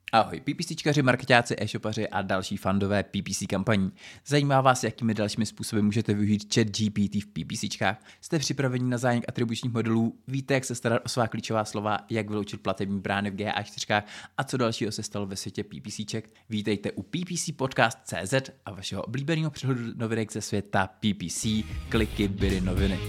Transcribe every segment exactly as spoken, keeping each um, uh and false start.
Ahoj, PPCčkaři, marketáci, e-shopaři a další fandové P P C kampaní. Zajímá vás, jakými dalšími způsoby můžete využít ChatGPT v PPCčkách? Jste připraveni na zánik atribučních modelů? Víte, jak se starat o svá klíčová slova, jak vyloučit platební brány v G A čtyři a co dalšího se stalo ve světě PPCček? Vítejte u P P C Podcast tečka cé zet a vašeho oblíbeného přehledu novinek ze světa P P C, kliky, byly noviny.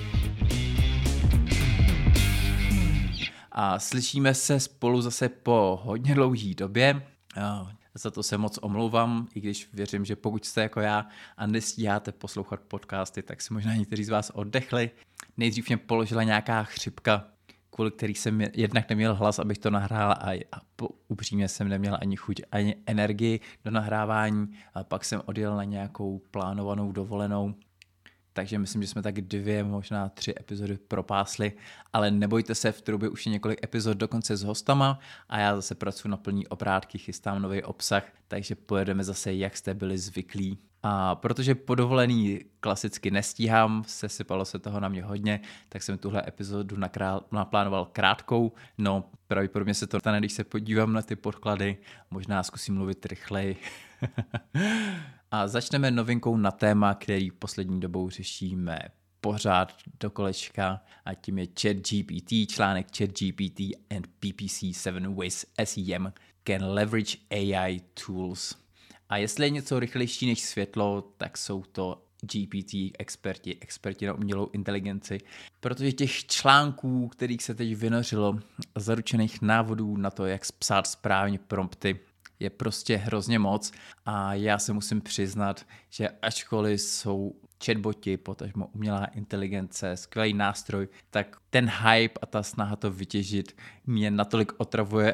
A slyšíme se spolu zase po hodně dlouhé době. Za to se moc omlouvám, i když věřím, že pokud jste jako já a nestíháte poslouchat podcasty, tak si možná někteří z vás oddechli. Nejdřív mě položila nějaká chřipka, kvůli který jsem jednak neměl hlas, abych to nahrál, a, a po, upřímně jsem neměl ani chuť, ani energii do nahrávání. A pak jsem odjel na nějakou plánovanou dovolenou. Takže myslím, že jsme tak dvě, možná tři epizody propásli, ale nebojte se, v trubě už je několik epizod dokonce s hostama a já zase pracuji na plný obrátky, chystám nový obsah, takže pojedeme zase, jak jste byli zvyklí. A protože po dovolený klasicky nestíhám, sesypalo se toho na mě hodně, tak jsem tuhle epizodu nakrál, naplánoval krátkou, no pravděpodobně se to stane, když se podívám na ty podklady, možná zkusím mluvit rychleji. A začneme novinkou na téma, který poslední dobou řešíme pořád do kolečka, a tím je ChatGPT, článek ChatGPT and P P C seven ways S E M can leverage A I tools. A jestli je něco rychlejší než světlo, tak jsou to G P T experti, experti na umělou inteligenci, protože těch článků, kterých se teď vynořilo, zaručených návodů na to, jak psát správně prompty, je prostě hrozně moc a já se musím přiznat, že ačkoliv jsou chatboti, potažmo umělá inteligence, skvělý nástroj, tak ten hype a ta snaha to vytěžit mě natolik otravuje,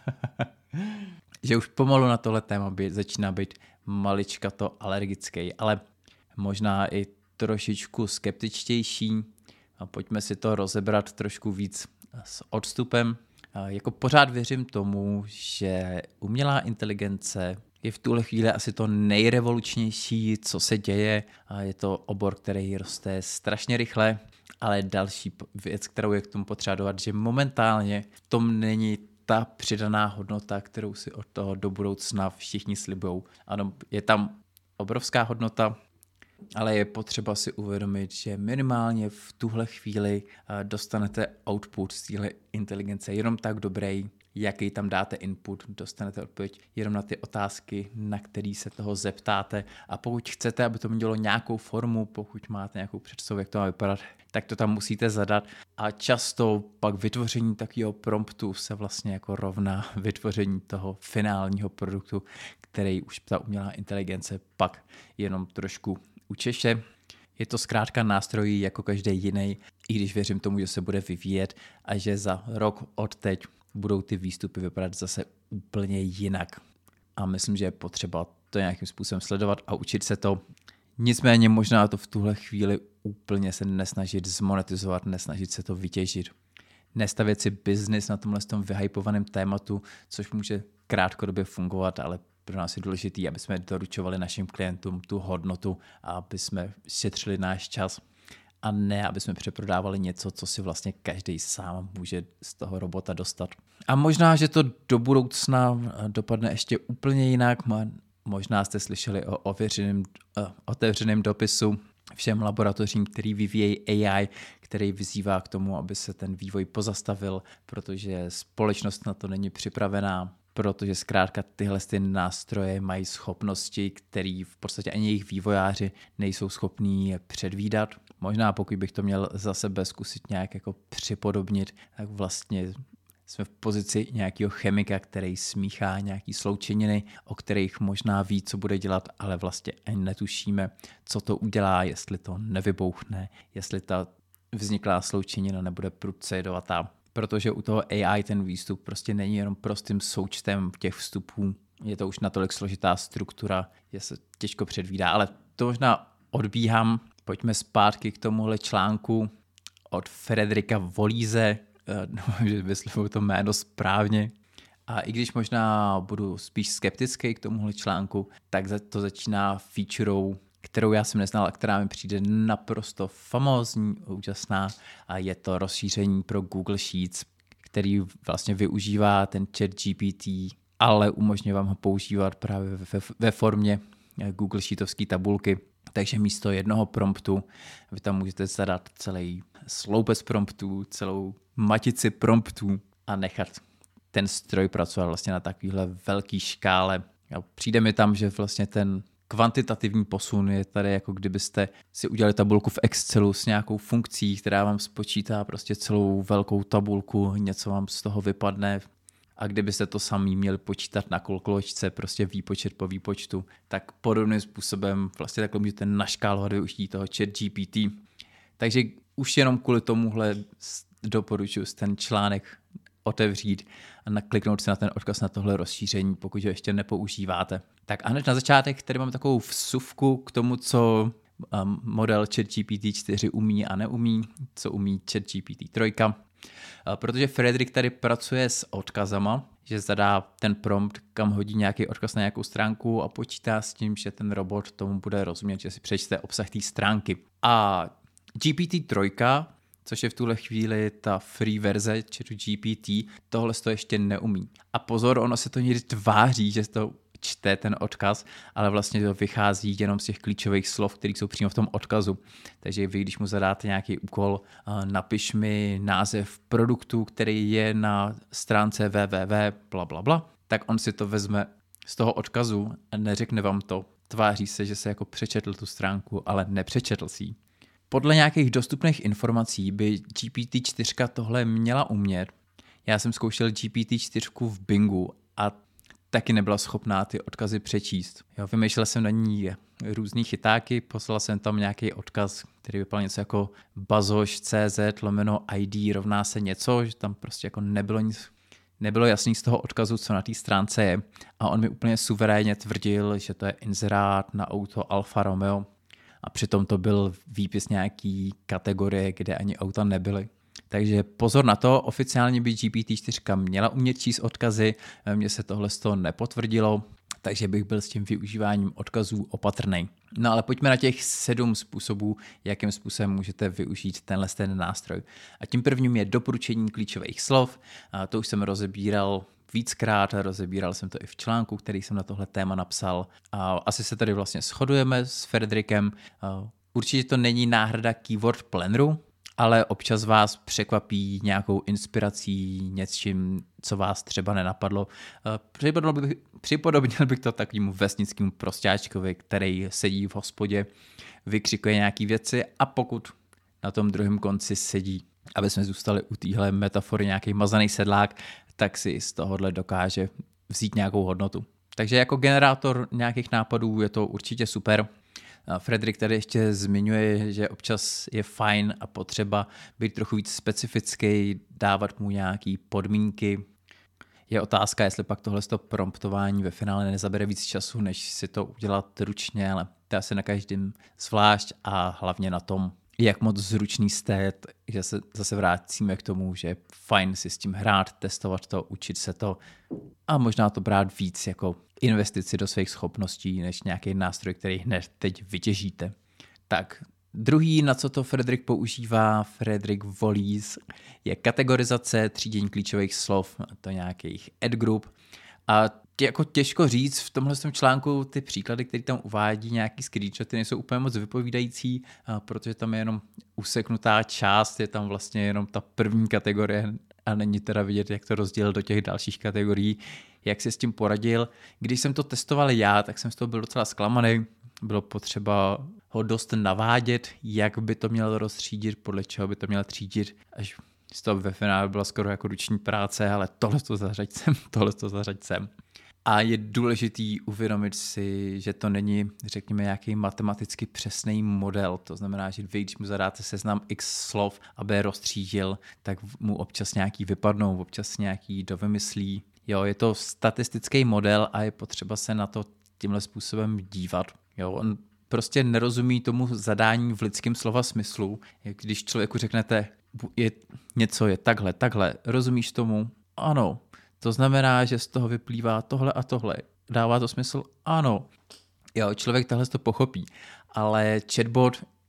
že už pomalu na tohle téma by, začíná být maličkato alergický, ale možná i trošičku skeptičtější. A pojďme si to rozebrat trošku víc s odstupem. Jako pořád věřím tomu, že umělá inteligence je v tuhle chvíli asi to nejrevolučnější, co se děje. Je to obor, který roste strašně rychle, ale další věc, kterou je k tomu potřeba dodat, že momentálně v tom není ta přidaná hodnota, kterou si od toho do budoucna všichni slibujou. Ano, je tam obrovská hodnota, ale je potřeba si uvědomit, že minimálně v tuhle chvíli dostanete output z téhle inteligence jenom tak dobrý, jaký tam dáte input, dostanete odpověď jenom na ty otázky, na které se toho zeptáte, a pokud chcete, aby to mělo nějakou formu, pokud máte nějakou představu, jak to má vypadat, tak to tam musíte zadat, a často pak vytvoření takového promptu se vlastně jako rovná vytvoření toho finálního produktu, který už ta umělá inteligence pak jenom trošku učeše. Je to zkrátka nástroj jako každý jiný, i když věřím tomu, že se bude vyvíjet a že za rok od teď budou ty výstupy vypadat zase úplně jinak. A myslím, že je potřeba to nějakým způsobem sledovat a učit se to. Nicméně možná to v tuhle chvíli úplně se nesnažit zmonetizovat, nesnažit se to vytěžit. Nestavět si biznis na tomhle tom vyhypovaném tématu, což může krátkodobě fungovat, ale pro nás je důležité, aby jsme doručovali našim klientům tu hodnotu a aby jsme šetřili náš čas a ne, aby jsme přeprodávali něco, co si vlastně každý sám může z toho robota dostat. A možná, že to do budoucna dopadne ještě úplně jinak. Možná jste slyšeli o ověřeném, otevřeném dopisu všem laboratořím, který vyvíjejí A I, který vyzývá k tomu, aby se ten vývoj pozastavil, protože společnost na to není připravená, protože zkrátka tyhle ty nástroje mají schopnosti, které v podstatě ani jejich vývojáři nejsou schopní předvídat. Možná pokud bych to měl za sebe zkusit nějak jako připodobnit, tak vlastně jsme v pozici nějakého chemika, který smíchá nějaký sloučeniny, o kterých možná ví, co bude dělat, ale vlastně ani netušíme, co to udělá, jestli to nevybouchne, jestli ta vzniklá sloučenina nebude prudce jedovatá. Protože u toho A I ten výstup prostě není jenom prostým součtem těch vstupů. Je to už natolik složitá struktura, že se těžko předvídá, ale to možná odbíhám. Pojďme zpátky k tomuhle článku od Frederika Volíze, že vyslovuju to jméno správně. A i když možná budu spíš skeptický k tomuhle článku, tak to začíná featurou, kterou já jsem neznal a která mi přijde naprosto famózní, úžasná, a je to rozšíření pro Google Sheets, který vlastně využívá ten ChatGPT ale umožňuje vám ho používat právě ve, ve formě Google Sheetovské tabulky. Takže místo jednoho promptu vy tam můžete zadat celý sloupec promptů, celou matici promptů a nechat ten stroj pracovat vlastně na takovéhle velké škále. Přijde mi tam, že vlastně ten kvantitativní posun je tady, jako kdybyste si udělali tabulku v Excelu s nějakou funkcí, která vám spočítá prostě celou velkou tabulku, něco vám z toho vypadne a kdybyste to sami měli počítat na kalkulačce, prostě výpočet po výpočtu, tak podobným způsobem vlastně takhle můžete naškálovat využití toho ChatGPT. Takže už jenom kvůli tomuhle doporučuji ten článek otevřít a nakliknout si na ten odkaz na tohle rozšíření, pokud ho ještě nepoužíváte. Tak a hned na začátek tady mám takovou vsuvku k tomu, co um, model ChatGPT čtyři umí a neumí, co umí ChatGPT tři. Uh, protože Fredrik tady pracuje s odkazama, že zadá ten prompt, kam hodí nějaký odkaz na nějakou stránku a počítá s tím, že ten robot tomu bude rozumět, že si přečte obsah té stránky. A G P T tři, což je v tuhle chvíli ta free verze chatu G P T, tohle to ještě neumí. A pozor, ono se to někdy tváří, že to čte ten odkaz, ale vlastně to vychází jenom z těch klíčových slov, které jsou přímo v tom odkazu. Takže vy, když mu zadáte nějaký úkol, napiš mi název produktu, který je na stránce www, bla, bla, bla, tak on si to vezme z toho odkazu a neřekne vám to. Tváří se, že se jako přečetl tu stránku, ale nepřečetl si ji. Podle nějakých dostupných informací by G P T čtyři tohle měla umět. Já jsem zkoušel G P T čtyři v Bingu a taky nebyla schopná ty odkazy přečíst. Jo, vymýšlel jsem na ní různý chytáky, poslal jsem tam nějaký odkaz, který vypadal něco jako bazoš.cz lomeno I D rovná se něco, že tam prostě jako nebylo nic, nebylo jasný z toho odkazu, co na té stránce je. A on mi úplně suverénně tvrdil, že to je inzerát na auto Alfa Romeo. A přitom to byl výpis nějaký kategorie, kde ani auta nebyly. Takže pozor na to, oficiálně by G P T čtyři měla umět číst odkazy, mně se tohle z toho nepotvrdilo, takže bych byl s tím využíváním odkazů opatrný. No ale pojďme na těch sedm způsobů, jakým způsobem můžete využít tenhle ten nástroj. A tím prvním je doporučení klíčových slov, a to už jsem rozebíral víckrát, rozebíral jsem to i v článku, který jsem na tohle téma napsal. A asi se tady vlastně shodujeme s Fredrikem. Určitě to není náhrada keyword planneru, ale občas vás překvapí nějakou inspirací, něčím, co vás třeba nenapadlo. Připodobnil bych, připodobnil bych to takovému vesnickému prostáčkovi, který sedí v hospodě, vykřikuje nějaké věci a pokud na tom druhém konci sedí, aby jsme zůstali u téhle metafory nějaký mazaný sedlák, tak si z tohohle dokáže vzít nějakou hodnotu. Takže jako generátor nějakých nápadů je to určitě super. Fredrik tady ještě zmiňuje, že občas je fajn a potřeba být trochu víc specifický, dávat mu nějaké podmínky. Je otázka, jestli pak tohle promptování ve finále nezabere víc času, než si to udělat ručně, ale to je asi na každém zvlášť a hlavně na tom, jak moc zručný jste, že se zase vrátíme k tomu, že je fajn si s tím hrát, testovat to, učit se to a možná to brát víc jako investici do svých schopností, než nějaký nástroj, který hned teď vytěžíte. Tak druhý, na co to Fredrik používá, Fredrik Volís, je kategorizace, třídění klíčových slov, to nějakých ad group. A jako těžko říct v tomhle článku ty příklady, které tam uvádí, nějaký screenshoty, nejsou úplně moc vypovídající, protože tam je jenom useknutá část, je tam vlastně jenom ta první kategorie a není teda vidět, jak to rozdělil do těch dalších kategorií, jak si s tím poradil. Když jsem to testoval já, tak jsem z toho byl docela zklamaný. Bylo potřeba ho dost navádět, jak by to měl rozstřídit, podle čeho by to měl třídit, až z toho ve finále byla skoro jako ruční práce, ale tohle to zařaď sem, tohle to zařaď sem. A je důležitý uvědomit si, že to není, řekněme, nějaký matematicky přesný model. To znamená, že vy, když mu zadáte seznam x slov, aby je rozstřídil, tak mu občas nějaký vypadnou, občas nějaký dovymyslí. Jo, je to statistický model a je potřeba se na to tímhle způsobem dívat. Jo, on prostě nerozumí tomu zadání v lidském slova smyslu. Když člověku řeknete, je, něco je takhle, takhle, rozumíš tomu? Ano. To znamená, že z toho vyplývá tohle a tohle. Dává to smysl? Ano. Jo, člověk tohle to pochopí. Ale chatbot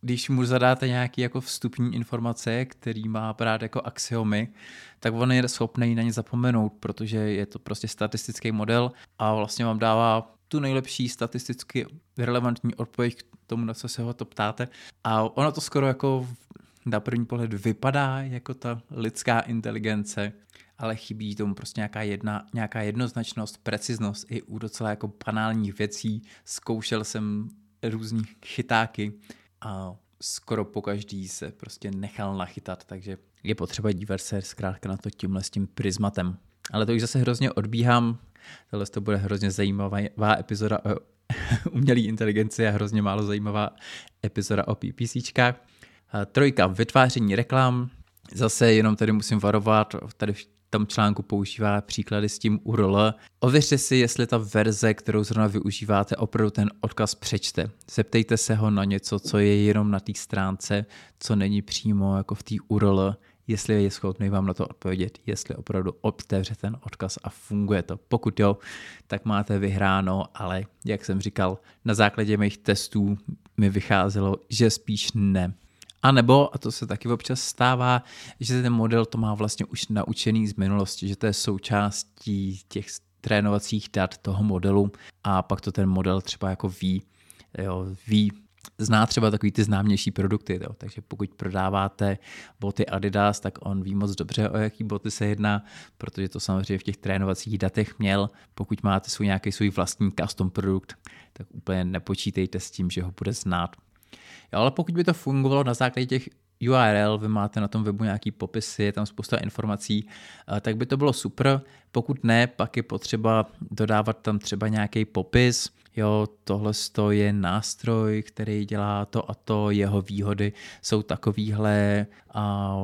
když mu zadáte nějaký jako vstupní informace, který má brát jako axiomy, tak on je schopný na ně zapomenout, protože je to prostě statistický model a vlastně vám dává tu nejlepší statisticky relevantní odpověď k tomu, na co se ho to ptáte. A ono to skoro jako na první pohled vypadá jako ta lidská inteligence, ale chybí tomu prostě nějaká, jedna, nějaká jednoznačnost, preciznost i u docela jako banálních věcí. Zkoušel jsem různý chytáky a skoro pokaždý se prostě nechal nachytat, takže je potřeba dívat se zkrátka na to tímhle s tím prismatem. Ale to už zase hrozně odbíhám, tohle to bude hrozně zajímavá epizoda o umělé inteligenci a hrozně málo zajímavá epizoda o PPCčkách. Trojka, vytváření reklam, zase jenom tady musím varovat, tady v tom článku používá příklady s tím U R L. Ověřte si, jestli ta verze, kterou zrovna využíváte, opravdu ten odkaz přečte. Zeptejte se ho na něco, co je jenom na té stránce, co není přímo jako v té U R L, jestli je schopný vám na to odpovědět, jestli opravdu otevře ten odkaz a funguje to. Pokud jo, tak máte vyhráno, ale jak jsem říkal, na základě mých testů mi vycházelo, že spíš ne. A nebo, a to se taky občas stává, že ten model to má vlastně už naučený z minulosti, že to je součástí těch trénovacích dat toho modelu a pak to ten model třeba jako ví, jo, ví, zná třeba takový ty známější produkty, jo. Takže pokud prodáváte boty Adidas, tak on ví moc dobře, o jaký boty se jedná, protože to samozřejmě v těch trénovacích datech měl. Pokud máte svůj nějaký svůj vlastní custom produkt, tak úplně nepočítejte s tím, že ho bude znát. Jo, ale pokud by to fungovalo na základě těch U R L, vy máte na tom webu nějaký popisy, je tam spousta informací, tak by to bylo super. Pokud ne, pak je potřeba dodávat tam třeba nějaký popis. Jo, tohle je nástroj, který dělá to a to, jeho výhody jsou takovýhle a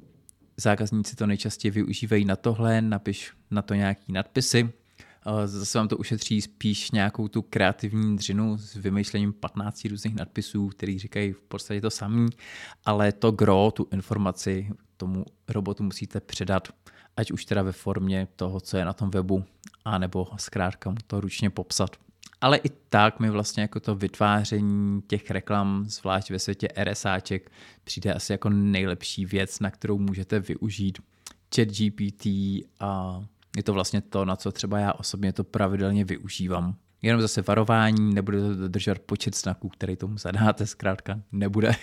zákazníci to nejčastěji využívají na tohle, napiš na to nějaký nadpisy. Zase vám to ušetří spíš nějakou tu kreativní dřinu s vymýšlením patnácti různých nadpisů, který říkají v podstatě to samý, ale to gro, tu informaci tomu robotu musíte předat, ať už teda ve formě toho, co je na tom webu, anebo zkrátka mu to ručně popsat. Ale i tak mi vlastně jako to vytváření těch reklam, zvlášť ve světě RSáček, přijde asi jako nejlepší věc, na kterou můžete využít ChatGPT a je to vlastně to, na co třeba já osobně to pravidelně využívám. Jenom zase varování, nebude to dodržovat počet znaků, který tomu zadáte, zkrátka nebude.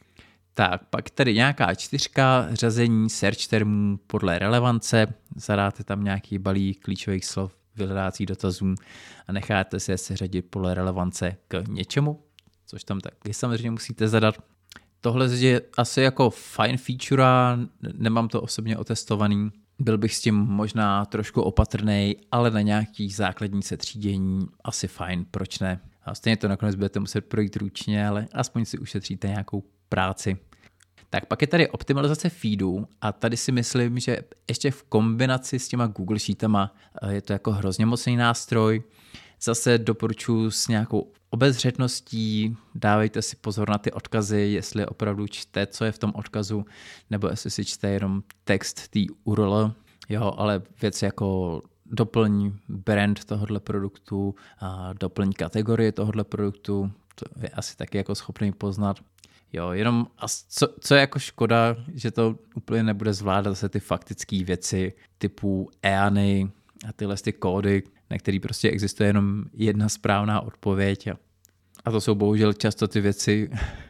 Tak, pak tady nějaká čtyřka, řazení search termů podle relevance, zadáte tam nějaký balík klíčových slov, vyhledávacích dotazů a necháte se seřadit podle relevance k něčemu, což tam taky samozřejmě musíte zadat. Tohle je asi jako fajn feature, nemám to osobně otestovaný. Byl bych s tím možná trošku opatrnej, ale na nějaký základní setřídění asi fajn, proč ne? A stejně to nakonec budete muset projít ručně, ale aspoň si ušetříte nějakou práci. Tak pak je tady optimalizace feedu a tady si myslím, že ještě v kombinaci s těma Google Sheetama je to jako hrozně mocný nástroj. Zase doporučuji s nějakou obezřetností, dávejte si pozor na ty odkazy, jestli opravdu čte, co je v tom odkazu, nebo jestli si čte jenom text té U R L, jo, ale věci jako doplň brand tohohle produktu, a doplň kategorie tohohle produktu, to je asi taky jako schopný poznat. Jo, jenom a co, co je jako škoda, že to úplně nebude zvládat zase ty faktické věci typu E A N y a tyhle ty kódy, na který prostě existuje jenom jedna správná odpověď. A, a to jsou bohužel často ty věci,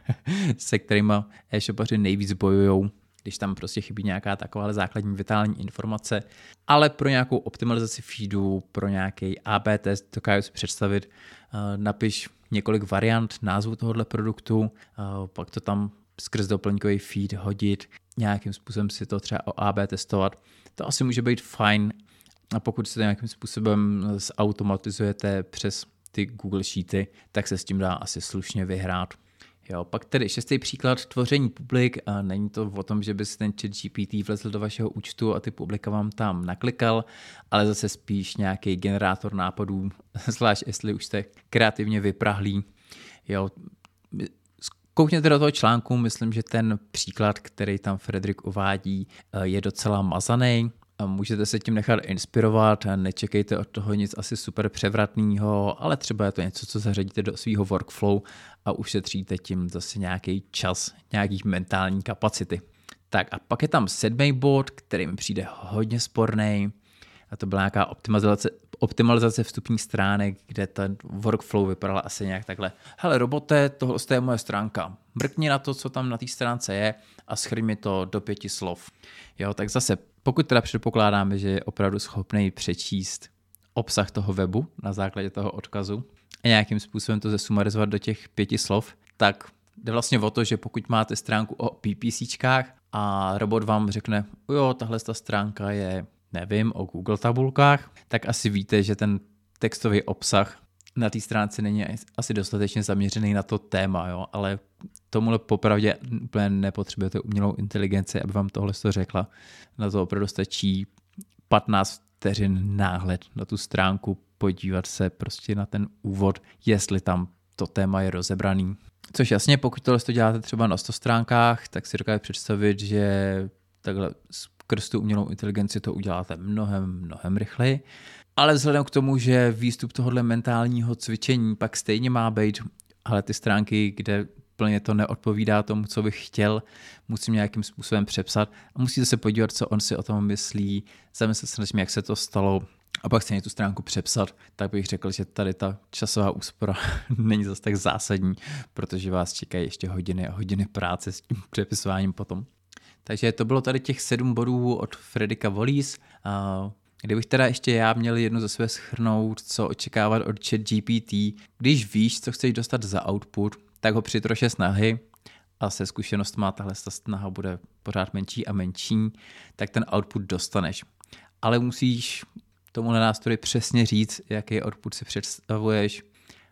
se kterými e-shopaři nejvíc bojujou, když tam prostě chybí nějaká taková základní vitální informace. Ale pro nějakou optimalizaci feedu, pro nějaký A B test, dokážu si představit, napiš několik variant názvu tohohle produktu, pak to tam skrz doplňkový feed hodit, nějakým způsobem si to třeba o A B testovat. To asi může být fajn. A pokud si to nějakým způsobem zautomatizujete přes ty Google Sheety, tak se s tím dá asi slušně vyhrát. Jo, pak tedy šestý příklad, tvoření publik. A není to o tom, že by si ten ChatGPT vlezl do vašeho účtu a ty publika vám tam naklikal, ale zase spíš nějaký generátor nápadů, zvlášť jestli už jste kreativně vyprahlí. Jo, koukněte do toho článku, myslím, že ten příklad, který tam Fredrik uvádí, je docela mazaný. Můžete se tím nechat inspirovat, nečekejte od toho nic asi super převratného, ale třeba je to něco, co zařadíte do svého workflow a ušetříte tím zase nějaký čas, nějaký mentální kapacity. Tak a pak je tam sedmý bod, který mi přijde hodně sporný, a to byla nějaká optimalizace, optimalizace vstupních stránek, kde ten workflow vypadal asi nějak takhle. Hele robote, tohle je moje stránka. Mrkni na to, co tam na té stránce je a shrň mi to do pěti slov. Jo, tak zase, pokud teda předpokládáme, že je opravdu schopný přečíst obsah toho webu na základě toho odkazu a nějakým způsobem to zesumarizovat do těch pěti slov, tak jde vlastně o to, že pokud máte stránku o PPCčkách a robot vám řekne, jo, tahle ta stránka je, nevím, o Google tabulkách, tak asi víte, že ten textový obsah na té stránce není asi dostatečně zaměřený na to téma, jo? Ale tomuhle popravdě úplně nepotřebujete umělou inteligenci, aby vám tohle to řekla. Na to opravdu stačí patnáct vteřin náhled na tu stránku, podívat se prostě na ten úvod, jestli tam to téma je rozebraný. Což jasně, pokud tohle to děláte třeba na sto stránkách, tak si dokážete představit, že takhle skrz tu umělou inteligenci to uděláte mnohem, mnohem rychleji. Ale vzhledem k tomu, že výstup tohohle mentálního cvičení pak stejně má být, ale ty stránky, kde plně to neodpovídá tomu, co bych chtěl, musím nějakým způsobem přepsat a musíte se podívat, co on si o tom myslí, zamyslet se nad tím, jak se to stalo a pak stejně tu stránku přepsat, tak bych řekl, že tady ta časová úspora není zase tak zásadní, protože vás čekají ještě hodiny a hodiny práce s tím přepisováním potom. Takže to bylo tady těch sedm bodů od Fredrika Wallis. Kdybych teda ještě já měl jednu ze své shrnout, co očekávat od ChatGPT, když víš, co chceš dostat za output, tak ho při troše snahy a se zkušenostma tahle snaha bude pořád menší a menší, tak ten output dostaneš. Ale musíš tomuhle nástroji přesně říct, jaký output si představuješ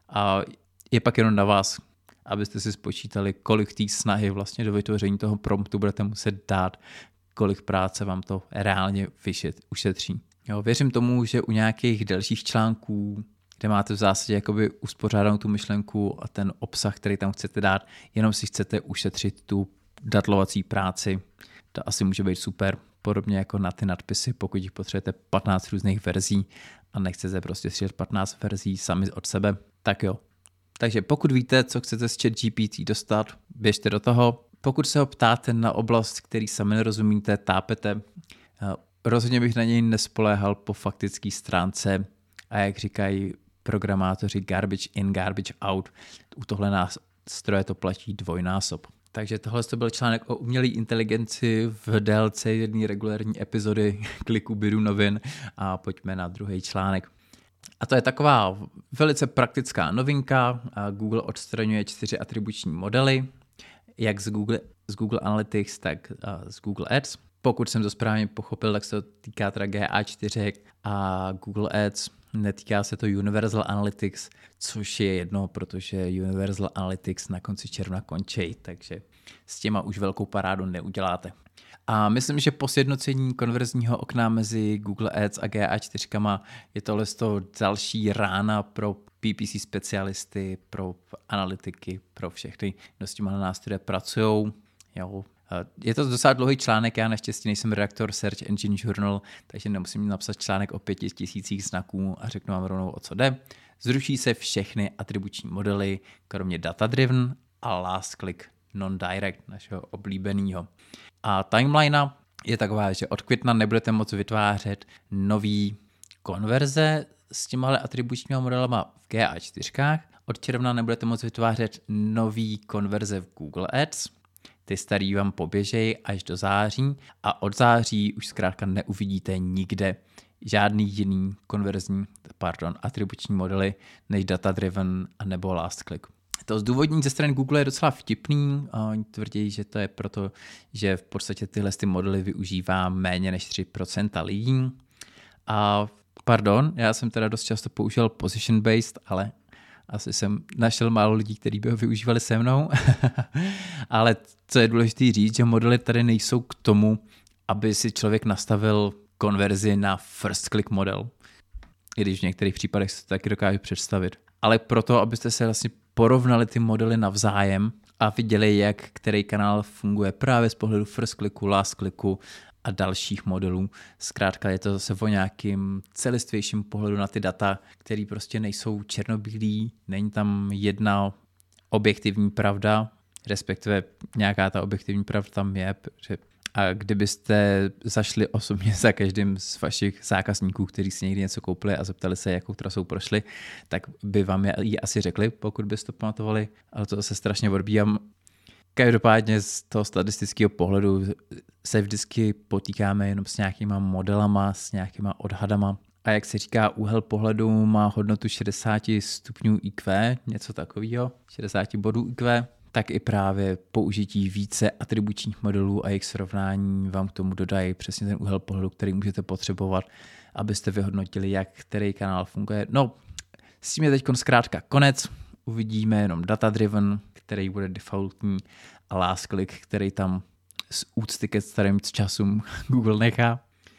a je pak jenom na vás, abyste si spočítali, kolik té snahy vlastně do vytvoření toho promptu budete muset dát, kolik práce vám to reálně vyšet, ušetří. Jo, věřím tomu, že u nějakých delších článků, kde máte v zásadě jakoby uspořádanou tu myšlenku a ten obsah, který tam chcete dát, jenom si chcete ušetřit tu datlovací práci, to asi může být super. Podobně jako na ty nadpisy, pokud jich potřebujete patnáct různých verzí a nechcete prostě střílet patnáct verzí sami od sebe, tak jo. Takže pokud víte, co chcete z ChatGPT dostat, běžte do toho. Pokud se ho ptáte na oblast, který sami nerozumíte, tápete, rozhodně bych na něj nespoléhal po faktické stránce a jak říkají programátoři garbage in, garbage out. U tohle nástroje to platí dvojnásob. Takže tohle to byl článek o umělé inteligenci v délce jedné regulární epizody Kliku Bidu novin a pojďme na druhý článek. A to je taková velice praktická novinka. Google odstraňuje čtyři atribuční modely, jak z Google, z Google Analytics, tak z Google Ads. Pokud jsem to správně pochopil, tak se to týká teda G A čtyři a Google Ads. Netýká se to Universal Analytics, což je jedno, protože Universal Analytics na konci června končí, takže s těma už velkou parádu neuděláte. A myslím, že po sjednocení konverzního okna mezi Google Ads a G A čtyři je tohle další rána pro P P C specialisty, pro analytiky, pro všechny, kdo s těma nástroje pracují. Jo. Je to docela dlouhý článek, já naštěstí nejsem redaktor Search Engine Journal, takže nemusím napsat článek o pěti tisících znaků a řeknu vám rovnou, o co jde. Zruší se všechny atribuční modely, kromě data-driven a last click non-direct, našeho oblíbeného. A timeline je taková, že od května nebudete moct vytvářet nový konverze s těmahle atribučními modelama v G A čtyři. Od června nebudete moct vytvářet nový konverze v Google Ads. Ty starý vám poběžej až do září a od září už zkrátka neuvidíte nikde žádný jiný konverzní, pardon, atribuční modely než data-driven a nebo last click. To zdůvodnění ze strany Google je docela vtipný. Oni tvrdí, že to je proto, že v podstatě tyhle ty modely využívá méně než tři procenta lidí. A pardon, já jsem teda dost často použil position-based, ale asi jsem našel málo lidí, kteří by ho využívali se mnou. Ale co je důležité říct, že modely tady nejsou k tomu, aby si člověk nastavil konverzi na first click model. I když v některých případech se to taky dokáže představit. Ale proto, abyste se vlastně porovnali ty modely navzájem a viděli, jak který kanál funguje právě z pohledu first clicku, last clicku a dalších modelů. Zkrátka je to zase o nějakým celistvějším pohledu na ty data, který prostě nejsou černobílý, není tam jedna objektivní pravda, respektive nějaká ta objektivní pravda tam je, že a kdybyste zašli osobně za každým z vašich zákazníků, kteří si někdy něco koupili a zeptali se, jakou trasou prošli, tak by vám ji asi řekli, pokud byste to pamatovali, ale to se strašně odbíjám. Každopádně z toho statistického pohledu se vždycky potýkáme jenom s nějakýma modelama, s nějakýma odhadama. A jak se říká, úhel pohledu má hodnotu šedesát stupňů í kvé, něco takového, šedesát bodů í kvé, tak i právě použití více atribučních modelů a jejich srovnání vám k tomu dodají přesně ten úhel pohledu, který můžete potřebovat, abyste vyhodnotili, jak který kanál funguje. No, s tím je teď zkrátka konec. Uvidíme jenom data-driven, který bude defaultní, a last click, který tam z úcty ke starým časům Google nechá.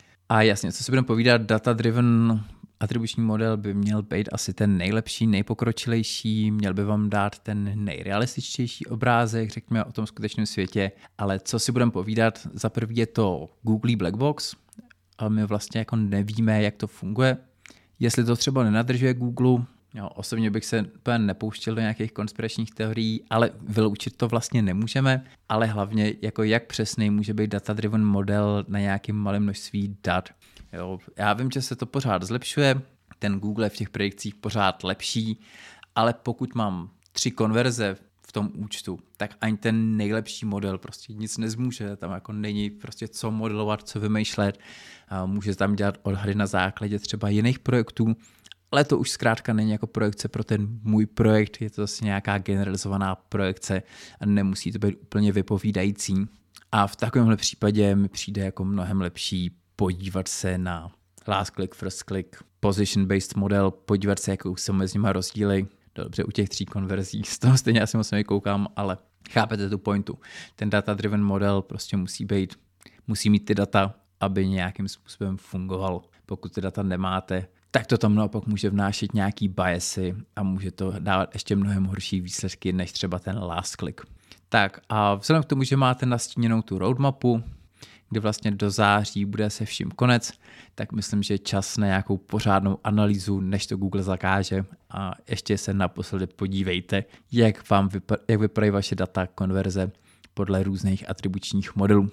A jasně, co si budeme povídat, data-driven atribuční model by měl být asi ten nejlepší, nejpokročilejší, měl by vám dát ten nejrealističtější obrázek, řekněme o tom skutečném světě, ale co si budeme povídat, za prvý je to Google Black Box, ale my vlastně jako nevíme, jak to funguje. Jestli to třeba nenadržuje Google, jo, osobně bych se úplně nepouštěl do nějakých konspiračních teorií, ale vyloučit to vlastně nemůžeme, ale hlavně jako jak přesný může být data-driven model na nějakém malém množství dat. Jo, já vím, že se to pořád zlepšuje, ten Google je v těch predikcích pořád lepší, ale pokud mám tři konverze v tom účtu, tak ani ten nejlepší model prostě nic nezmůže, tam jako není prostě co modelovat, co vymýšlet, může tam dělat odhady na základě třeba jiných projektů, ale to už zkrátka není jako projekce pro ten můj projekt, je to zase nějaká generalizovaná projekce a nemusí to být úplně vypovídající. A v takovémhle případě mi přijde jako mnohem lepší podívat se na last click, first click, position-based model, podívat se, jakou jsou mezi nimi rozdíly. Dobře, u těch tří konverzí, z toho stejně asi moc nekoukám, ale chápete tu pointu. Ten data-driven model prostě musí být, musí mít ty data, aby nějakým způsobem fungoval. Pokud ty data nemáte, tak to tam naopak může vnášet nějaký biasy a může to dávat ještě mnohem horší výsledky, než třeba ten last click. Tak a vzhledem k tomu, že máte nastíněnou tu roadmapu, kdy vlastně do září bude se vším konec, tak myslím, že je čas na nějakou pořádnou analýzu, než to Google zakáže, a ještě se naposledy podívejte, jak vám vypa- jak vypadají vaše data konverze podle různých atribučních modelů.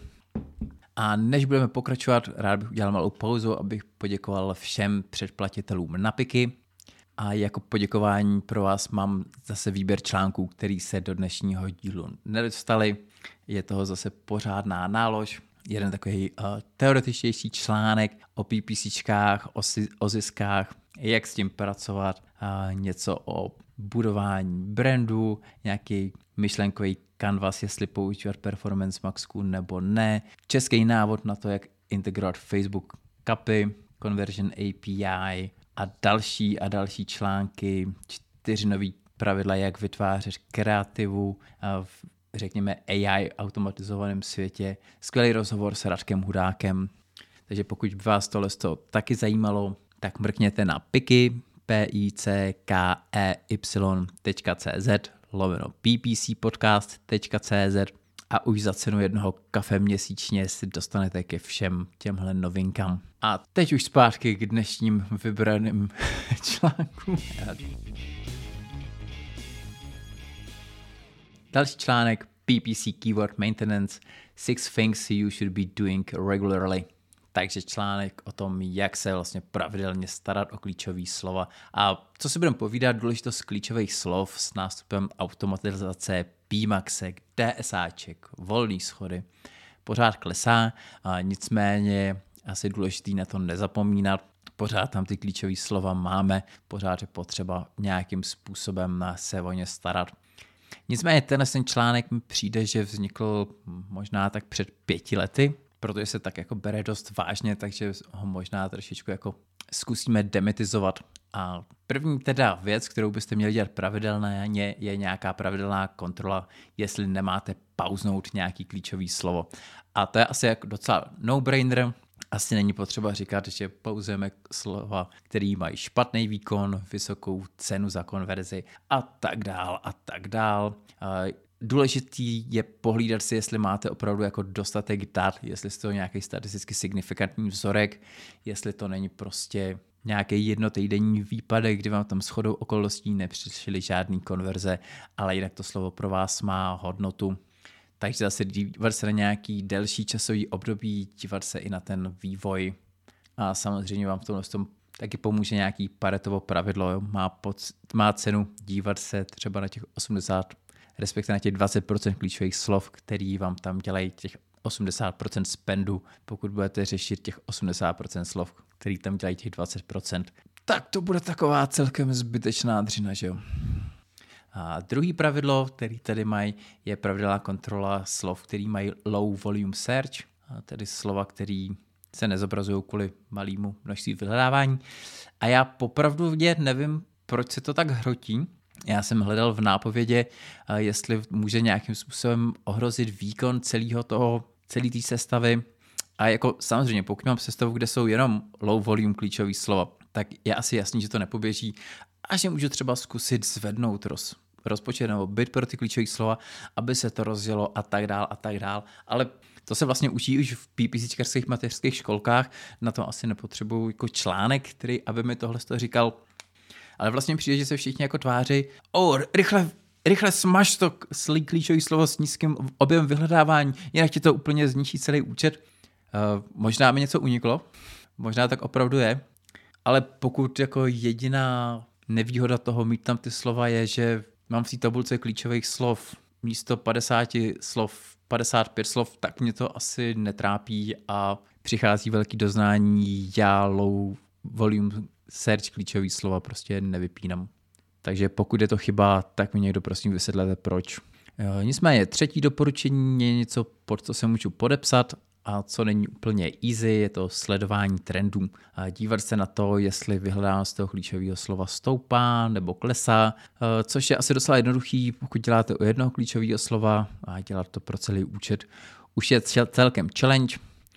A než budeme pokračovat, rád bych udělal malou pauzu, abych poděkoval všem předplatitelům na Piky. A jako poděkování pro vás mám zase výběr článků, který se do dnešního dílu nedostali. Je toho zase pořádná nálož. Jeden takový uh, teoretičtější článek o PPCčkách, o, si, o ziskách, jak s tím pracovat, uh, něco o budování brandu, nějaký myšlenkový canvas, jestli používat Performance Maxku nebo ne, český návod na to, jak integrovat Facebook kapy, Conversion A P I a další a další články, čtyři nový pravidla, jak vytvářet kreativu v, řekněme, A I automatizovaném světě. Skvělý rozhovor s Radkem Hudákem. Takže pokud by vás tohle taky zajímalo, tak mrkněte na piky, p i c k e y tečka c z lomeno ppcpodcast tečka c z a už za cenu jednoho kafe měsíčně si dostanete ke všem těmhle novinkám. A teď už zpátky k dnešním vybraným článkům. Další článek, P P C Keyword Maintenance, Six Things You Should Be Doing Regularly. Takže článek o tom, jak se vlastně pravidelně starat o klíčové slova. A co si budeme povídat, důležitost klíčových slov s nástupem automatizace Pmaxek, DSAček, volný schody pořád klesá, a nicméně asi důležitý na to nezapomínat. Pořád tam ty klíčové slova máme, pořád je potřeba nějakým způsobem se o ně starat. Nicméně tenhle ten článek mi přijde, že vznikl možná tak před pěti lety, protože se tak jako bere dost vážně, takže ho možná trošičku jako zkusíme demitizovat. A první teda věc, kterou byste měli dělat pravidelně, je nějaká pravidelná kontrola, jestli nemáte pauznout nějaký klíčový slovo. A to je asi jako docela no-brainer. Asi není potřeba říkat, že pauzujeme slova, který mají špatný výkon, vysokou cenu za konverzi a tak dál a tak dál. důležitý je pohlídat si, jestli máte opravdu jako dostatek dat, jestli je to nějaký statisticky signifikantní vzorek, jestli to není prostě nějaký jednotýdenní výpadek, kdy vám tam shodou okolností nepřišly žádný konverze, ale jinak to slovo pro vás má hodnotu. Takže zase dívat se na nějaký delší časový období, dívat se i na ten vývoj a samozřejmě vám v tomhle tom taky pomůže nějaký Paretovo pravidlo. Jo? Má, pod, má cenu dívat se třeba na těch osmdesát, respektive na těch dvacet procent klíčových slov, který vám tam dělají těch osmdesát procent spendu, pokud budete řešit těch osmdesát procent slov, který tam dělají těch dvacet procent. Tak to bude taková celkem zbytečná dřina, že jo? A druhý pravidlo, který tady mají, je pravidelná kontrola slov, který mají low volume search, tedy slova, který se nezobrazují kvůli malému množství vyhledávání. A já popravdu nevím, proč se to tak hrotí. Já jsem hledal v nápovědě, jestli může nějakým způsobem ohrozit výkon celého toho, celé té sestavy. A jako samozřejmě, pokud mám sestavu, kde jsou jenom low volume klíčový slova, tak je asi jasný, že to nepoběží a že můžu třeba zkusit zvednout roz, rozpočet nebo bit pro ty klíčové slova, aby se to rozjelo a tak dál a tak dál. Ale to se vlastně učí už v PPCčkarských mateřských školkách, na to asi nepotřebuju jako článek, který, aby mi tohle to říkal. Ale vlastně přijde, že se všichni jako tváří, o, rychle, rychle smaž to klíčové slovo s nízkým objemem vyhledávání, jinak ti to úplně zničí celý účet. Uh, možná mi něco uniklo, možná tak opravdu je, ale pokud jako jediná nevýhoda toho mít tam ty slova je, že mám v té tabulce klíčových slov místo padesát slov, padesát pět slov, tak mě to asi netrápí a přichází velký doznání, já low volume search klíčový slova prostě nevypínám. Takže pokud je to chyba, tak mi někdo prosím vysvětlete proč. Jo, nicméně třetí doporučení je něco, pod co se můžu podepsat a co není úplně easy, je to sledování trendů. A dívat se na to, jestli vyhledávanost toho klíčového slova stoupá nebo klesá, což je asi docela jednoduchý, pokud děláte u jednoho klíčového slova a dělat to pro celý účet. Už je celkem challenge,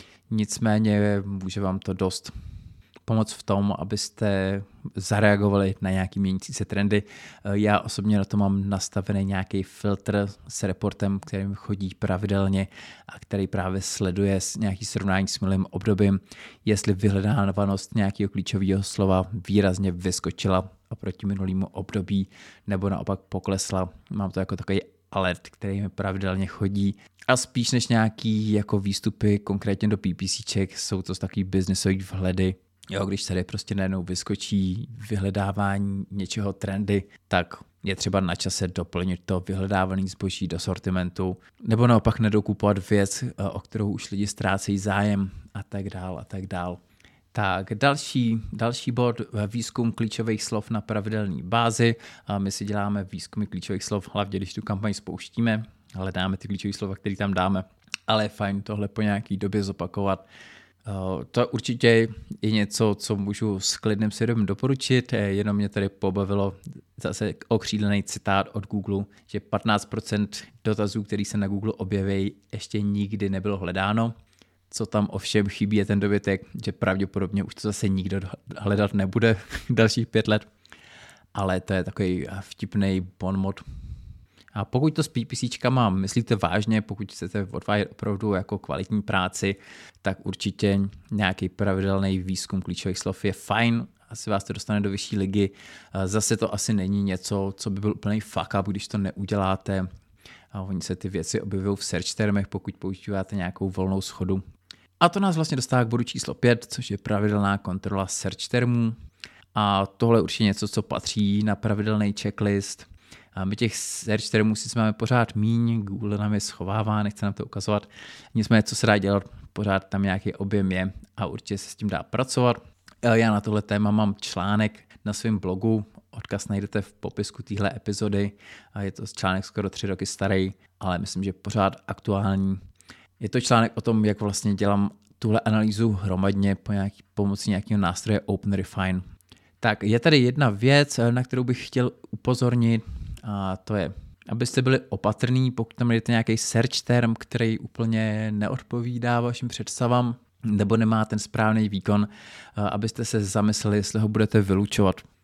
nicméně může vám to dost pomoct v tom, abyste zareagovali na nějaký měnící se trendy. Já osobně na to mám nastavený nějaký filtr s reportem, který mi chodí pravidelně a který právě sleduje nějaký srovnání s minulým obdobím, jestli vyhledávanost nějakého klíčového slova výrazně vyskočila oproti minulému období nebo naopak poklesla. Mám to jako takový alert, který mi pravidelně chodí. A spíš než nějaký jako výstupy konkrétně do PPCček, jsou to takový businessový vhledy. Jo, když tady prostě najednou vyskočí vyhledávání něčeho trendy, tak je třeba na čase doplnit to vyhledávaný zboží do sortimentu, nebo naopak nedokupovat věc, o kterou už lidi ztrácejí zájem a tak dál a tak dál. Tak další, další bod, výzkum klíčových slov na pravidelné bázi. A my si děláme výzkumy klíčových slov, hlavně když tu kampaň spouštíme, hledáme ty klíčové slova, které tam dáme, ale je fajn tohle po nějaký době zopakovat. To určitě je něco, co můžu s klidným svědomím doporučit, jenom mě tady pobavilo zase okřídlený citát od Google, že patnáct procent dotazů, který se na Google objeví, ještě nikdy nebylo hledáno. Co tam ovšem chybí je ten dovětek, že pravděpodobně už to zase nikdo hledat nebude dalších pět let, ale to je takový vtipný bonmot. A pokud to s PPCčkama myslíte vážně, pokud chcete odvádět opravdu jako kvalitní práci, tak určitě nějaký pravidelný výzkum klíčových slov je fajn, asi vás to dostane do vyšší ligy. Zase to asi není něco, co by byl úplný fuck up, když to neuděláte. A oni se ty věci objevují v search termech, pokud používáte nějakou volnou schodu. A to nás vlastně dostává k bodu číslo pět, což je pravidelná kontrola search termů. A tohle je určitě něco, co patří na pravidelný checklist. A my těch search termů si máme pořád míň, Google nám je schovává, nechce nám to ukazovat. Nicméně, co se dá dělat, pořád tam nějaký objem je a určitě se s tím dá pracovat. Já na tohle téma mám článek na svém blogu, odkaz najdete v popisku téhle epizody. Je to článek skoro tři roky starý, ale myslím, že pořád aktuální. Je to článek o tom, jak vlastně dělám tuhle analýzu hromadně po nějaký, pomocí nějakého nástroje OpenRefine. Tak je tady jedna věc, na kterou bych chtěl upozornit, a to je, abyste byli opatrní, pokud tam jdete nějaký search term, který úplně neodpovídá vašim představám, nebo nemá ten správný výkon, abyste se zamysleli, jestli ho budete vylučovat.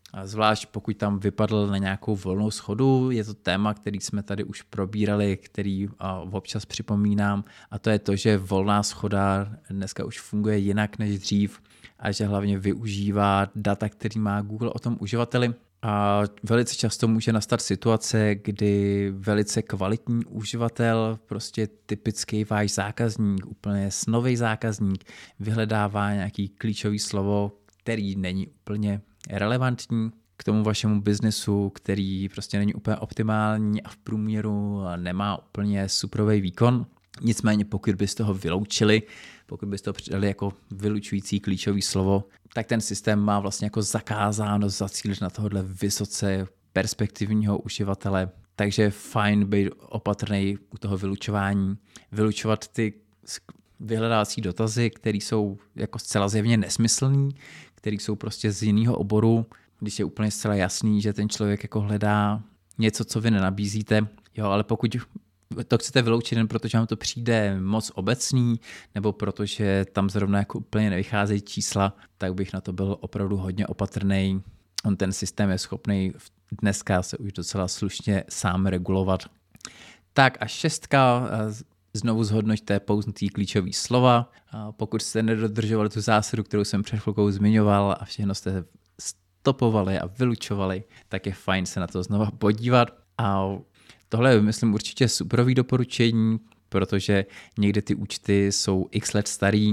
Zvlášť pokud tam vypadl na nějakou volnou schodu, je to téma, který jsme tady už probírali, který občas připomínám, a to je to, že volná schoda dneska už funguje jinak než dřív a že hlavně využívá data, který má Google o tom uživateli. A velice často může nastat situace, kdy velice kvalitní uživatel, prostě typický váš zákazník, úplně snový zákazník, vyhledává nějaký klíčový slovo, který není úplně relevantní k tomu vašemu biznesu, který prostě není úplně optimální a v průměru nemá úplně superový výkon. Nicméně pokud byste ho vyloučili, pokud byste ho přidali jako vylučující klíčový slovo, tak ten systém má vlastně jako zakázáno zacílit na tohohle vysoce perspektivního uživatele. Takže je fajn být opatrný u toho vylučování, vylučovat ty vyhledávací dotazy, které jsou jako zcela zjevně nesmyslný, které jsou prostě z jiného oboru, když je úplně zcela jasný, že ten člověk jako hledá něco, co vy nenabízíte. Jo, ale pokud to chcete vyloučit jen protože vám to přijde moc obecný, nebo protože tam zrovna jako úplně nevycházejí čísla, tak bych na to byl opravdu hodně opatrný. On ten systém je schopný dneska se už docela slušně sám regulovat. Tak a šestka, znovu zhodnoťte použitý klíčový slova. Pokud jste nedodržovali tu zásadu, kterou jsem před chvilkou zmiňoval a všechno jste stopovali a vylučovali, tak je fajn se na to znova podívat. A tohle je, myslím, určitě superový doporučení, protože někdy ty účty jsou x let starý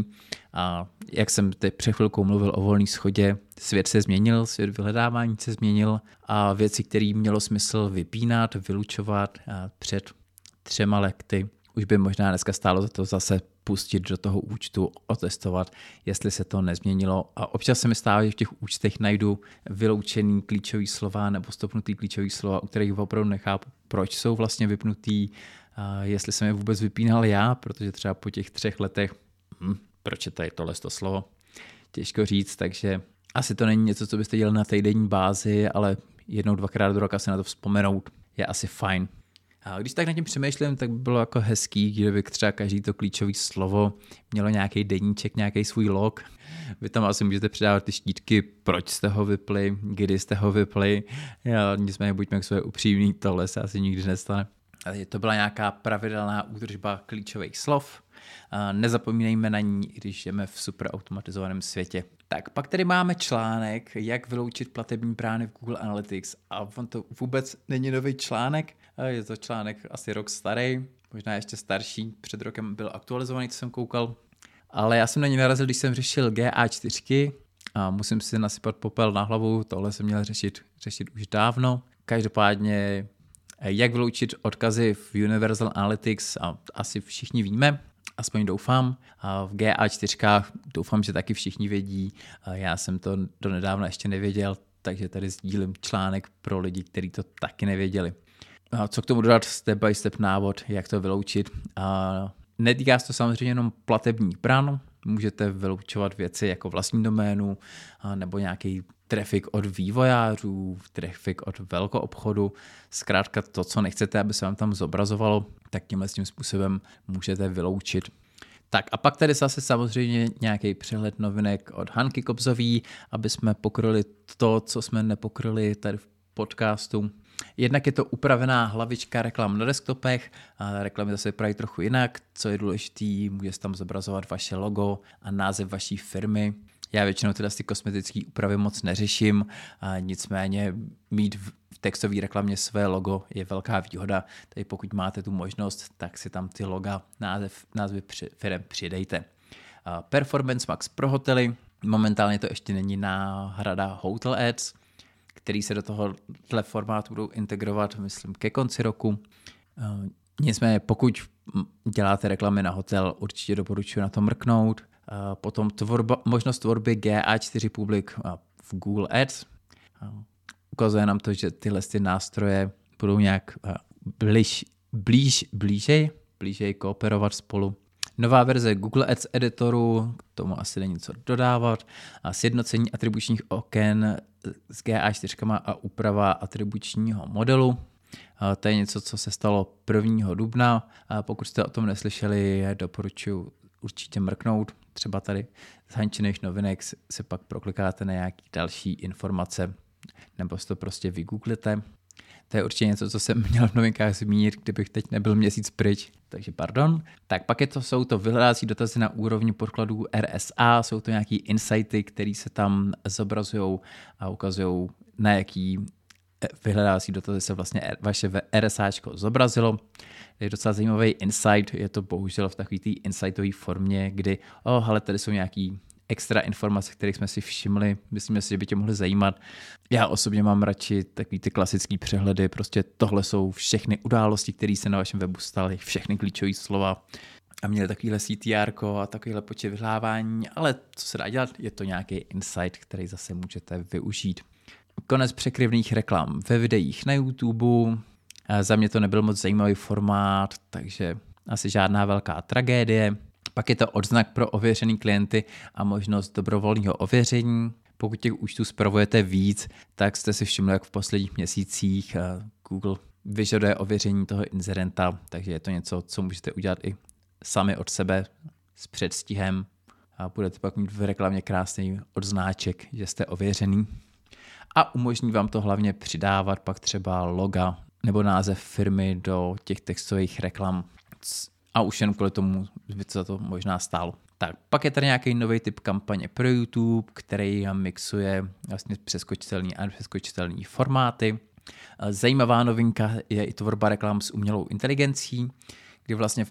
a jak jsem teď před chvilkou mluvil o volné schodě, svět se změnil, svět vyhledávání se změnil a věci, které mělo smysl vypínat, vylučovat před třema lety, už by možná dneska stálo za to zase pustit do toho účtu, otestovat, jestli se to nezměnilo. A občas se mi stává, že v těch účtech najdu vyloučený klíčový slova nebo stopnutý klíčový slova, u kterých opravdu nechápu, proč jsou vlastně vypnutý, jestli jsem je vůbec vypínal já, protože třeba po těch třech letech, hm, proč je tady tohle to slovo, těžko říct, takže asi to není něco, co byste dělali na týdenní bázi, ale jednou, dvakrát do roka se na to vzpomenout je asi fajn. A když tak nad tím přemýšlím, tak by bylo jako hezký, kdyby třeba každý to klíčové slovo mělo nějaký deníček, nějaký svůj log. Vy tam asi můžete přidávat ty štítky, proč jste ho vypli, kdy jste ho vypli. Já, nicméně buďme k sobě upřímný, tohle se asi nikdy nestane. Ale to byla nějaká pravidelná údržba klíčových slov. A nezapomínejme na ní, když žijeme v superautomatizovaném světě. Tak pak tady máme článek, jak vyloučit platební brány v Google Analytics. A on to vůbec není nový článek, je to článek asi rok starý, možná ještě starší, před rokem byl aktualizovaný, co jsem koukal. Ale já jsem na něj narazil, když jsem řešil G A čtyři a musím si nasypat popel na hlavu, tohle jsem měl řešit, řešit už dávno. Každopádně, jak vyloučit odkazy v Universal Analytics, a asi všichni víme, aspoň doufám. A v G A čtyři doufám, že taky všichni vědí. Já jsem to donedávna ještě nevěděl, takže tady sdílím článek pro lidi, kteří to taky nevěděli. A co k tomu dodat, step by step návod, jak to vyloučit. A netýká se to samozřejmě jenom platebních bran, můžete vyloučovat věci jako vlastní doménu nebo nějaký trafik od vývojářů, trafik od velkoobchodu, zkrátka to, co nechcete, aby se vám tam zobrazovalo, tak tímhle tím způsobem můžete vyloučit. Tak a pak tady zase samozřejmě nějaký přehled novinek od Hanky Kobzový, aby jsme pokryli to, co jsme nepokryli tady v podcastu. Jednak je to upravená hlavička reklam na desktopech, a reklamy zase vypadají trochu jinak, co je důležitý, může se tam zobrazovat vaše logo a název vaší firmy. Já většinou teda ty kosmetické úpravy moc neřeším, a nicméně mít v textové reklamě své logo je velká výhoda, takže pokud máte tu možnost, tak si tam ty loga, název, názvy firem přidejte. Performance Max pro hotely, momentálně to ještě není náhrada Hotel Ads, který se do tohohle formátu budou integrovat, myslím, ke konci roku. Nicméně, pokud děláte reklamy na hotel, určitě doporučuji na to mrknout. Potom tvorba, možnost tvorby G A čtyři Public v Google Ads. Ukazuje nám to, že tyhle ty nástroje budou nějak blíž, blíž, blížej, blížej kooperovat spolu. Nová verze Google Ads editoru, k tomu asi není co dodávat. A sjednocení atribučních oken s G A čtyři a úprava atribučního modelu. A to je něco, co se stalo prvního dubna. A pokud jste o tom neslyšeli, doporučuji určitě mrknout. Třeba tady z Hančiných novinek se pak proklikáte na nějaké další informace. nebo si to prostě vygooglete. To je určitě něco, co jsem měl v novinkách zmínit, kdybych teď nebyl měsíc pryč, takže pardon. Tak pak je to, jsou to vyhledávací dotazy na úrovni podkladů R S A, jsou to nějaký insighty, které se tam zobrazují a ukazují, na jaký vyhledávací dotazy se vlastně vaše RSAčko zobrazilo. Je docela zajímavý insight, je to bohužel v takové té insightové formě, kdy oh, ale tady jsou nějaký extra informace, které jsme si všimli, myslíme si, že by tě mohly zajímat. Já osobně mám radši takový ty klasický přehledy, prostě tohle jsou všechny události, které se na vašem webu staly, všechny klíčové slova a měli takovýhle C T R a takovýhle počet vyhledávání, ale co se dá dělat, je to nějaký insight, který zase můžete využít. Konec překryvných reklam ve videích na YouTube. Za mě to nebyl moc zajímavý formát, takže asi žádná velká tragédie. Pak je to odznak pro ověřený klienty a možnost dobrovolného ověření. Pokud těch účtů spravujete víc, tak jste si všimli, jak v posledních měsících Google vyžaduje ověření toho inzerenta, takže je to něco, co můžete udělat i sami od sebe s předstihem a budete pak mít v reklamě krásný odznáček, že jste ověřený. A umožní vám to hlavně přidávat pak třeba loga nebo název firmy do těch textových reklam a už jen kvůli tomu by se to možná stálo. Tak, pak je tady nějaký nový typ kampaně pro YouTube, který mixuje vlastně přeskočitelný a nepřeskočitelný formáty. Zajímavá novinka je i tvorba reklam s umělou inteligencí, kdy vlastně v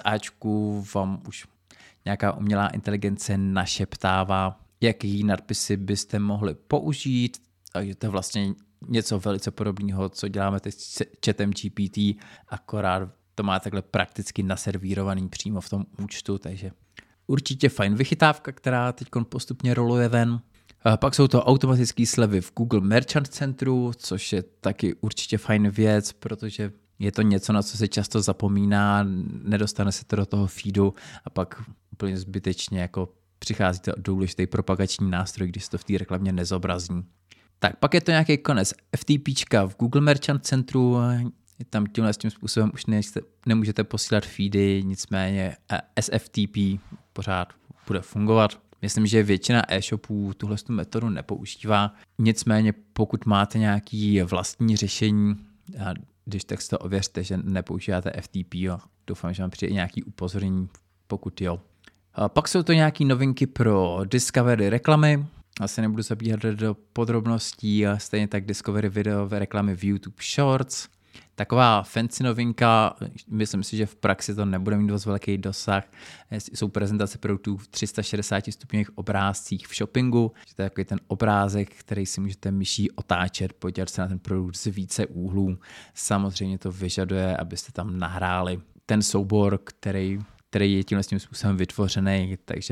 RSAčku vám už nějaká umělá inteligence našeptává, jaký nadpisy byste mohli použít. Takže to je vlastně něco velice podobného, co děláme teď s chatem G P T, akorát to má takhle prakticky naservírovaný přímo v tom účtu, takže určitě fajn vychytávka, která teď postupně roluje ven. A pak jsou to automatické slevy v Google Merchant Centru, což je taky určitě fajn věc, protože je to něco, na co se často zapomíná, nedostane se to do toho feedu a pak úplně zbytečně jako přicházíte o důležitý propagační nástroj, když se to v té reklamě nezobrazí. Tak pak je to nějaký konec FTPčka v Google Merchant Centru, tam tímhle s tím způsobem už ne, nemůžete posílat feedy, nicméně S F T P pořád bude fungovat. Myslím, že většina e-shopů tuhle metodu nepoužívá, nicméně pokud máte nějaký vlastní řešení, a když tak si to ověřte, že nepoužíváte F T P, jo. Doufám, že vám přijde nějaký upozornění, pokud jo. A pak jsou to nějaké novinky pro Discovery reklamy. Asi nebudu zabíhat do podrobností, stejně tak Discovery videové reklamy v YouTube Shorts. Taková fancy novinka, myslím si, že v praxi to nebude mít dost velký dosah. Jsou prezentace produktů v tři sta šedesát stupňových obrázcích v shoppingu. To je takový ten obrázek, který si můžete myší otáčet, podívat se na ten produkt z více úhlů. Samozřejmě to vyžaduje, abyste tam nahráli ten soubor, který, který je tímhle tím způsobem vytvořený, takže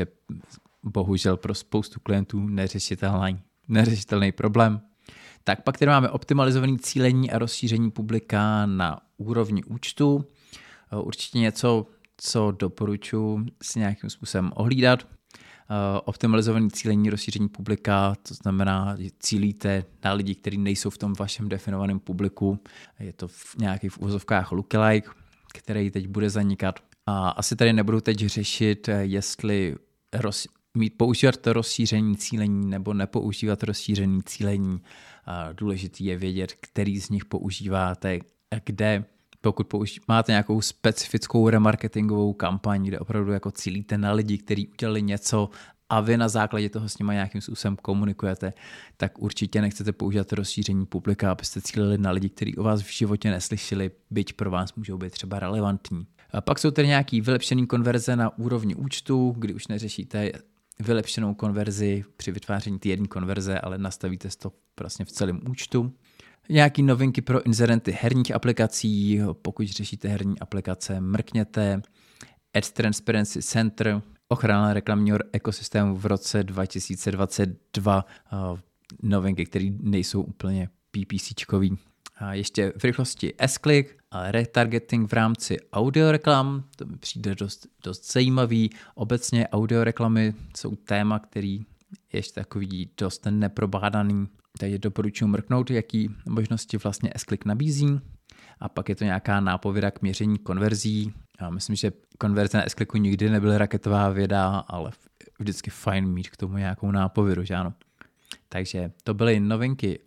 bohužel pro spoustu klientů neřešitelný, neřešitelný problém. Tak pak tady máme optimalizované cílení a rozšíření publika na úrovni účtu. Určitě něco, co doporučuji si nějakým způsobem ohlídat. Optimalizované cílení, rozšíření publika, to znamená, že cílíte na lidi, kteří nejsou v tom vašem definovaném publiku. Je to v nějakých v uvozovkách lookalike, který teď bude zanikat. A asi tady nebudu teď řešit, jestli roz, mít používat to rozšíření cílení nebo nepoužívat rozšíření cílení. Důležitý je vědět, který z nich používáte, kde, pokud použi- máte nějakou specifickou remarketingovou kampaň, kde opravdu jako cílíte na lidi, kteří udělali něco a vy na základě toho s nimi nějakým způsobem komunikujete, tak určitě nechcete používat rozšíření publika, abyste cílili na lidi, kteří o vás v životě neslyšeli, byť pro vás můžou být třeba relevantní. A pak jsou tady nějaký vylepšený konverze na úrovni účtu, kdy už neřešíte vylepšenou konverzi při vytváření té jedné konverze, ale nastavíte to vlastně v celém účtu. Nějaké novinky pro inzerenty herních aplikací, pokud řešíte herní aplikace, mrkněte. Ad Transparency Center, ochrana reklamního ekosystému v roce dva tisíce dvacet dva, novinky, které nejsou úplně PPCčkový. A ještě v rychlosti S-Click, retargeting v rámci audioreklam, to mi přijde dost, dost zajímavý. Obecně audioreklamy jsou téma, který je ještě takový dost neprobádaný, takže doporučuji mrknout, jaký možnosti vlastně S-Click nabízí. A pak je to nějaká nápověda k měření konverzí. Já myslím, že konverze na S-Clicku nikdy nebyly raketová věda, ale vždycky fajn mít k tomu nějakou nápovědu, že ano. Takže to byly novinky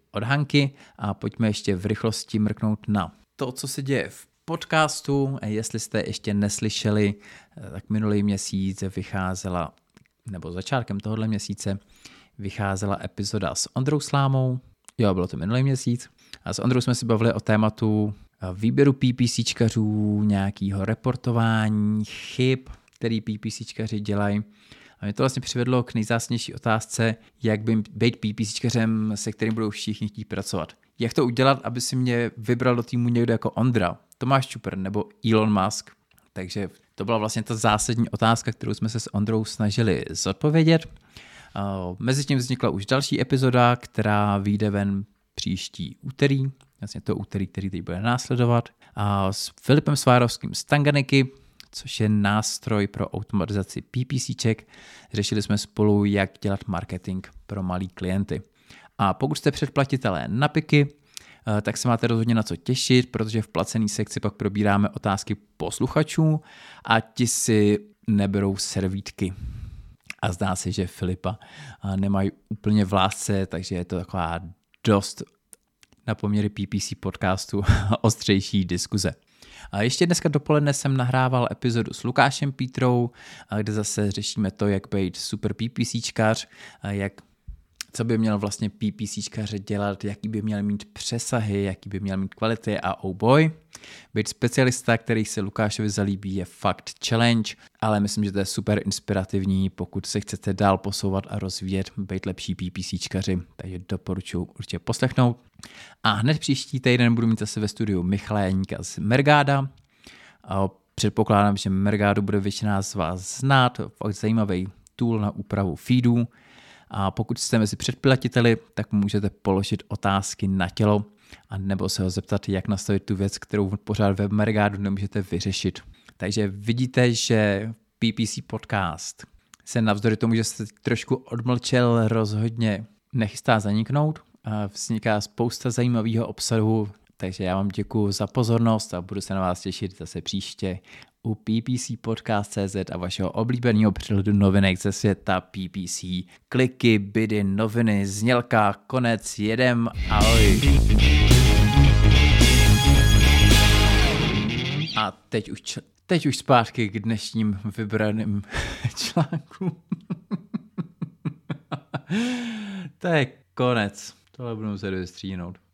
od Hanky a pojďme ještě v rychlosti mrknout na to, co se děje v podcastu. Jestli jste ještě neslyšeli, tak minulý měsíc vycházela, nebo začátkem tohohle měsíce vycházela epizoda s Ondrou Slámou. Jo, bylo to minulý měsíc. A s Ondrou jsme si bavili o tématu výběru PPCčkařů, nějakého reportování, chyb, který PPCčkaři dělají. A mě to vlastně přivedlo k nejzásnější otázce, jak by být PPCčkařem, se kterým budou všichni chtít pracovat. Jak to udělat, aby si mě vybral do týmu někdo jako Ondra, Tomáš Čupr nebo Elon Musk. Takže to byla vlastně ta zásadní otázka, kterou jsme se s Ondrou snažili zodpovědět. Mezitím vznikla už další epizoda, která vyjde ven příští úterý, vlastně to úterý, který teď bude následovat, a s Filipem Svárovským z Tanganiky, což je nástroj pro automatizaci PPCček. Řešili jsme spolu, jak dělat marketing pro malý klienty. A pokud jste předplatitelé na Piky, tak se máte rozhodně na co těšit, protože v placené sekci pak probíráme otázky posluchačů a ti si neberou servítky. A zdá se, že Filipa nemají úplně v lásce, takže je to taková dost na poměry P P C podcastu ostřejší diskuze. A ještě dneska dopoledne jsem nahrával epizodu s Lukášem Pítrou, kde zase řešíme to, jak být super PPCčkař, jak co by měl vlastně PPCčkař dělat, jaký by měl mít přesahy, jaký by měl mít kvality a oh boy. Být specialista, který se Lukášovi zalíbí, je fakt challenge, ale myslím, že to je super inspirativní, pokud se chcete dál posouvat a rozvíjet, být lepší PPCčkaři, takže doporučuji určitě poslechnout. A hned příští týden budu mít zase ve studiu Michala Janíka z Mergáda. A předpokládám, že Mergádu bude většina z vás znát, fakt zajímavý tool na úpravu feedů. A pokud jste mezi předplatiteli, tak můžete položit otázky na tělo a nebo se ho zeptat, jak nastavit tu věc, kterou pořád ve Mergádu nemůžete vyřešit. Takže vidíte, že P P C podcast se navzdory tomu, že se trošku odmlčel, rozhodně nechystá zaniknout. A vzniká spousta zajímavého obsahu, takže já vám děkuji za pozornost a budu se na vás těšit zase příště u P P C Podcast tečka cé zet a vašeho oblíbeného přehledu novinek ze světa P P C. Kliky, bidy, noviny, znělka, konec, jedem, ahoj. A teď už, teď už zpátky k dnešním vybraným článkům. To je konec. Tohle budu muset vystříhnout.